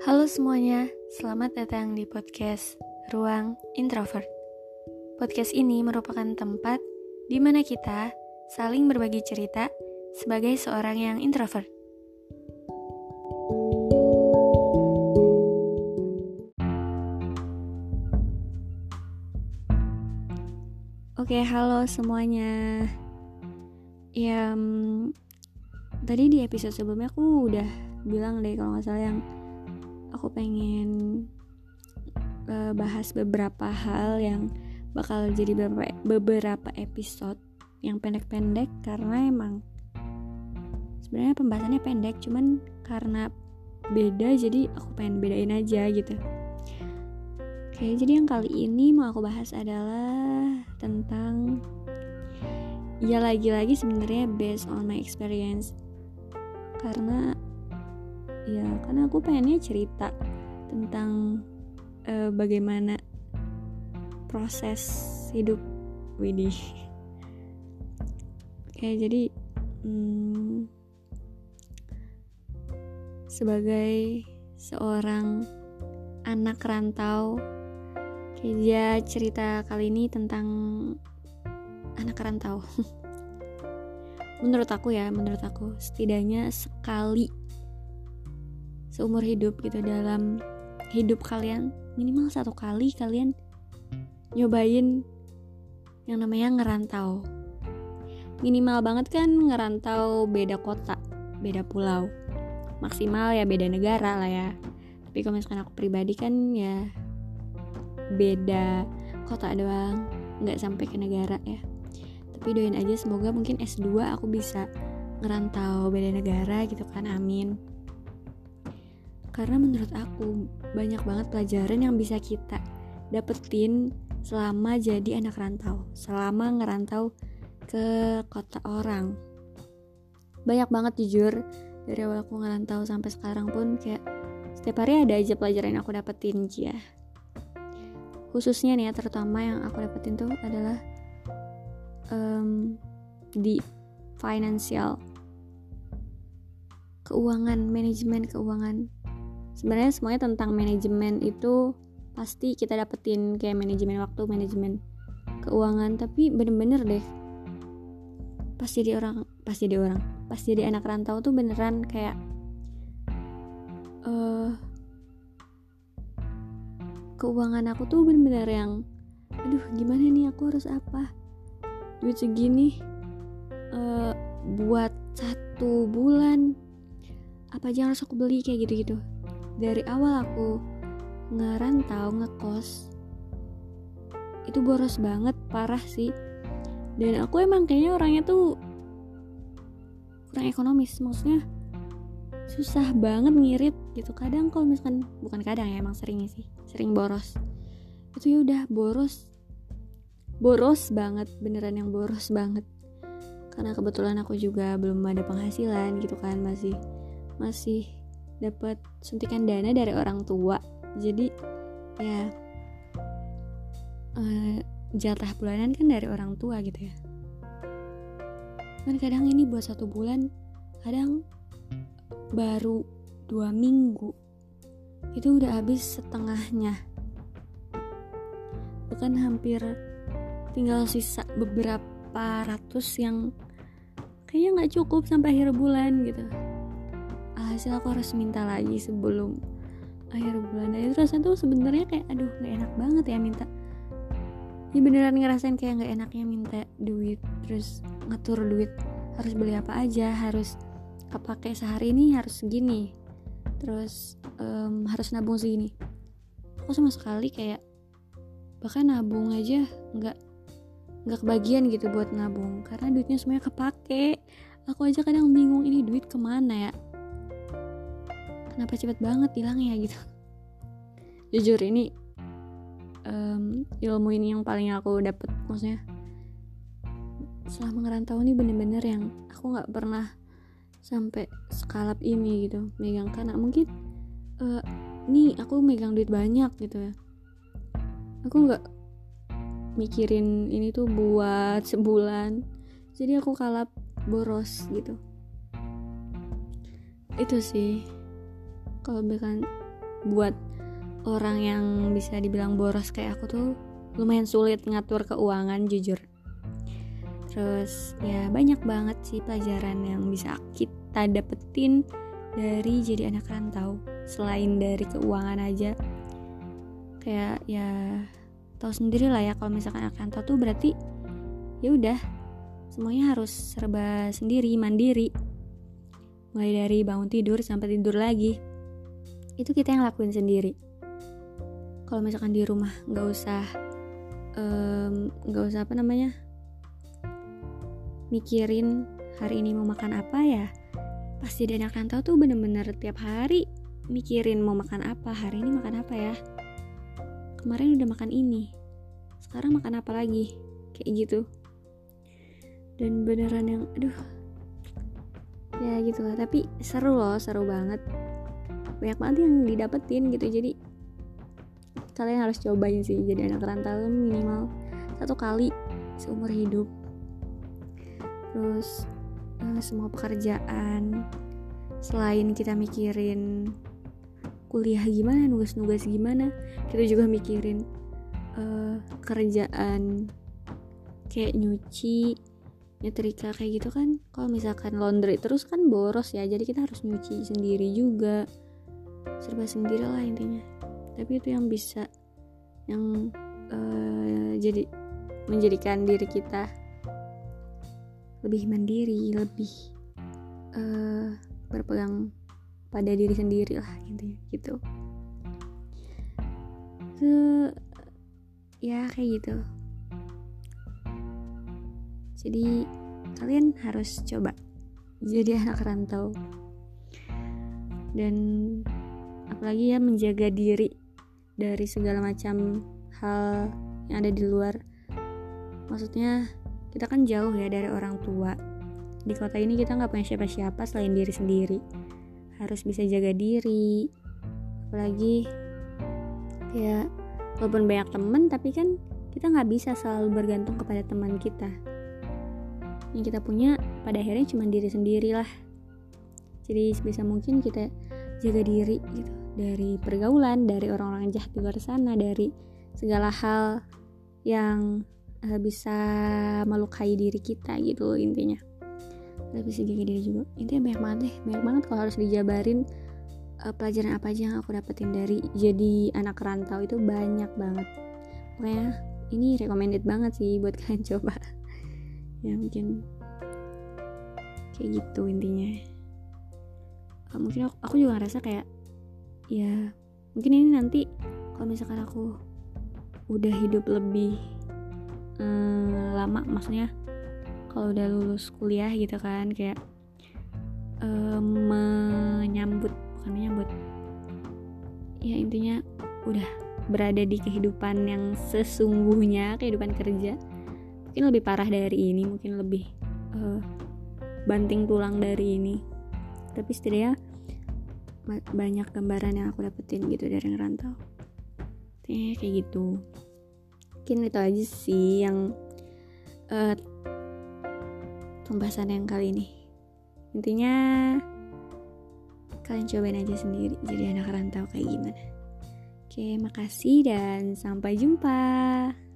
Halo semuanya, selamat datang di podcast Ruang Introvert. Podcast ini merupakan tempat di mana kita saling berbagi cerita sebagai seorang yang introvert. Oke, halo semuanya. Tadi di episode sebelumnya aku udah bilang deh kalau nggak salah yang aku pengen bahas beberapa hal yang bakal jadi beberapa episode yang pendek-pendek karena emang sebenarnya pembahasannya pendek, cuman karena beda jadi aku pengen bedain aja gitu. Oke, jadi yang kali ini mau aku bahas adalah tentang lagi-lagi sebenarnya based on my experience, karena aku pengennya cerita tentang bagaimana proses hidup Widih. Oke, jadi sebagai seorang anak rantau, cerita kali ini tentang anak rantau. Menurut aku setidaknya sekali seumur hidup gitu, dalam hidup kalian minimal satu kali kalian nyobain yang namanya ngerantau. Minimal banget kan ngerantau beda kota, beda pulau, maksimal ya beda negara lah ya. Tapi kalau misalkan aku pribadi kan ya beda kota doang, nggak sampai ke negara ya. Tapi doain aja semoga mungkin S2 aku bisa ngerantau beda negara gitu kan, amin. Karena menurut aku banyak banget pelajaran yang bisa kita dapetin selama jadi anak rantau, selama ngerantau ke kota orang. Banyak banget jujur, dari awal aku ngerantau sampai sekarang pun kayak setiap hari ada aja pelajaran yang aku dapetin ya. Khususnya nih ya, terutama yang aku dapetin tuh adalah di financial, keuangan, manajemen keuangan. Sebenarnya semuanya tentang manajemen itu pasti kita dapetin, kayak manajemen waktu, manajemen keuangan. Tapi bener-bener deh pas jadi anak rantau tuh beneran kayak keuangan aku tuh bener-bener yang aduh gimana nih, aku harus apa, duit segini buat 1 bulan apa aja harus aku beli, kayak gitu-gitu. Dari awal aku ngerantau, ngekos, itu boros banget, parah sih. Dan aku emang kayaknya orangnya tuh kurang ekonomis, maksudnya susah banget ngirit gitu. Kadang kalau misalkan, bukan kadang ya, emang sering boros. Itu ya udah boros banget, beneran yang boros banget. Karena kebetulan aku juga belum ada penghasilan gitu kan, masih dapat suntikan dana dari orang tua. Jadi ya jatah bulanan kan dari orang tua gitu ya. Kan kadang ini buat 1 bulan, kadang baru 2 minggu itu udah habis setengahnya, bahkan hampir tinggal sisa beberapa ratus yang kayaknya gak cukup sampai akhir bulan gitu. Hasil aku harus minta lagi sebelum akhir bulan. Dan itu rasanya tuh sebenarnya kayak aduh gak enak banget ya minta. Ya beneran ngerasain kayak gak enaknya minta duit, terus ngatur duit harus beli apa aja, harus kepake sehari ini harus segini, terus harus nabung segini. Aku sama sekali kayak bahkan nabung aja gak kebagian gitu buat nabung, karena duitnya semuanya kepake. Aku aja kadang bingung ini duit kemana ya, kenapa cepet banget hilangnya gitu. Jujur ini ilmu ini yang paling aku dapet, maksudnya selama ngerantau ini bener-bener yang aku gak pernah sampai skalap ini gitu megang. Karena mungkin nih aku megang duit banyak gitu ya, aku gak mikirin ini tuh buat sebulan, jadi aku kalap boros gitu. Itu sih kalau buat orang yang bisa dibilang boros kayak aku tuh lumayan sulit ngatur keuangan jujur. Terus ya banyak banget sih pelajaran yang bisa kita dapetin dari jadi anak rantau. Selain dari keuangan aja, kayak ya tahu sendiri lah ya, kalau misalkan anak rantau tuh berarti ya udah semuanya harus serba sendiri, mandiri. Mulai dari bangun tidur sampai tidur lagi, itu kita yang lakuin sendiri. Kalau misalkan di rumah nggak usah mikirin hari ini mau makan apa ya. Pas jadi anak rantau tuh bener-bener tiap hari mikirin mau makan apa, hari ini makan apa ya, kemarin udah makan ini, sekarang makan apa lagi, kayak gitu. Dan beneran yang ya gitu lah. Tapi seru banget, banyak banget yang didapetin gitu. Jadi kalian harus cobain sih jadi anak rantau minimal 1 kali seumur hidup. Terus semua pekerjaan, selain kita mikirin kuliah gimana, nugas-nugas gimana, kita juga mikirin kerjaan kayak nyuci, nyetrika kayak gitu kan. Kalau misalkan laundry terus kan boros ya, jadi kita harus nyuci sendiri juga, serba sendiri lah intinya. Tapi itu yang bisa jadi menjadikan diri kita lebih mandiri, lebih berpegang pada diri sendiri lah intinya gitu. Ya kayak gitu. Jadi kalian harus coba jadi anak rantau. Dan apalagi ya, menjaga diri dari segala macam hal yang ada di luar. Maksudnya kita kan jauh ya dari orang tua. Di kota ini kita gak punya siapa-siapa selain diri sendiri. Harus bisa jaga diri. Apalagi ya walaupun banyak teman, tapi kan kita gak bisa selalu bergantung kepada teman kita. Yang kita punya pada akhirnya cuma diri sendiri lah. Jadi sebisa mungkin kita jaga diri gitu, dari pergaulan, dari orang-orang jahat di luar sana, dari segala hal yang bisa melukai diri kita gitu intinya. Kita bisa jaga diri juga. Intinya banyak banget kalau harus dijabarin pelajaran apa aja yang aku dapetin dari jadi anak rantau, itu banyak banget. Makanya ini recommended banget sih buat kalian coba. Ya mungkin kayak gitu intinya. Mungkin aku juga ngerasa kayak ya mungkin ini nanti kalau misalkan aku udah hidup lebih lama, maksudnya kalau udah lulus kuliah gitu kan, kayak menyambut ya intinya udah berada di kehidupan yang sesungguhnya, kehidupan kerja. Mungkin lebih parah dari ini, mungkin lebih banting tulang dari ini. Tapi setidaknya banyak gambaran yang aku dapetin gitu dari ngerantau. Kayak gitu. Mungkin itu aja sih yang pembahasan yang kali ini. Intinya kalian cobain aja sendiri jadi anak rantau kayak gimana. Oke, makasih dan sampai jumpa.